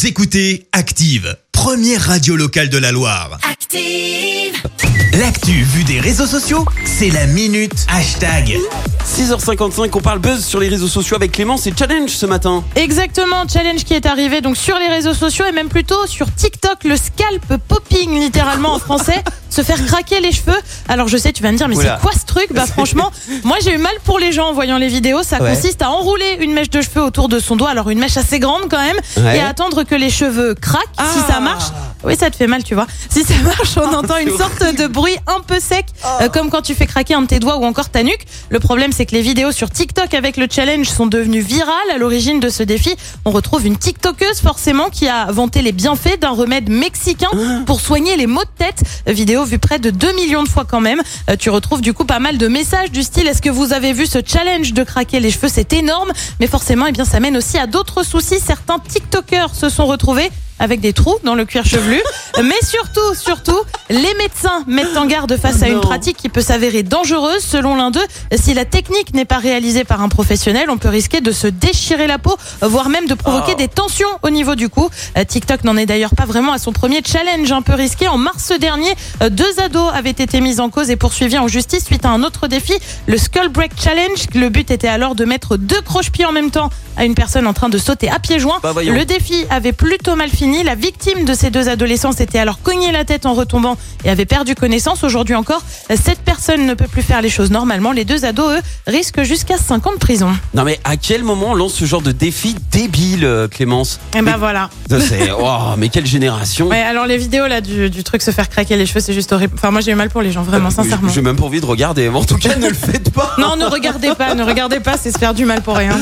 Vous écoutez Active, première radio locale de la Loire. Active. L'actu vue des réseaux sociaux, c'est la minute hashtag. 6h55, on parle buzz sur les réseaux sociaux avec Clément, c'est Challenge ce matin. Exactement, challenge qui est arrivé donc sur les réseaux sociaux et même plutôt sur TikTok, le scalp popping littéralement en français, se faire craquer les cheveux. Alors je sais, tu vas me dire, mais Oula. c'est quoi ce truc ? Bah franchement, moi j'ai eu mal pour les gens en voyant les vidéos. Ça consiste à enrouler une mèche de cheveux autour de son doigt, alors une mèche assez grande quand même, Ouais. et à attendre que les cheveux craquent. Si ça marche, oui ça te fait mal tu vois. Si ça marche, on entend une sorte de bruit un peu sec, comme quand tu fais craquer un de tes doigts ou encore ta nuque. Le problème c'est que les vidéos sur TikTok avec le challenge sont devenues virales. À l'origine de ce défi, on retrouve une TikTokeuse forcément qui a vanté les bienfaits d'un remède mexicain pour soigner les maux de tête. Vidéo vue près de 2 millions de fois quand même. Tu retrouves du coup pas mal de messages du style: est-ce que vous avez vu ce challenge de craquer les cheveux ? C'est énorme. Mais forcément, eh bien, ça mène aussi à d'autres soucis. Certains TikTokers se sont retrouvés avec des trous dans le cuir chevelu. Mais surtout, les médecins mettent en garde face à une pratique qui peut s'avérer dangereuse. Selon l'un d'eux, si la technique n'est pas réalisée par un professionnel, on peut risquer de se déchirer la peau, voire même de provoquer des tensions au niveau du cou. TikTok n'en est d'ailleurs pas vraiment à son premier challenge un peu risqué. En mars dernier, 2 ados avaient été mis en cause et poursuivis en justice suite à un autre défi, le Skull Break Challenge. Le but était alors de mettre 2 croche-pieds en même temps à une personne en train de sauter à pieds joints. Le défi avait plutôt mal fini. La victime de ces 2 adolescents s'était alors cogné la tête en retombant et avait perdu connaissance. Aujourd'hui encore, cette personne ne peut plus faire les choses normalement. Les 2 ados, eux, risquent jusqu'à 5 ans de prison. Non mais à quel moment on lance ce genre de défi débile, Clémence ? Et ben voilà. C'est, mais quelle génération. Ouais, alors les vidéos là du truc se faire craquer les cheveux, c'est juste horrible. Enfin moi j'ai eu mal pour les gens, vraiment, sincèrement. J'ai même pas envie de regarder, mais en tout cas ne le faites pas. Non, ne regardez pas, c'est se faire du mal pour rien.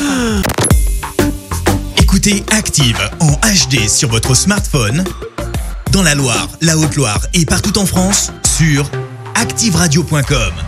Écoutez Active en HD sur votre smartphone, dans la Loire, la Haute-Loire et partout en France, sur activeradio.com.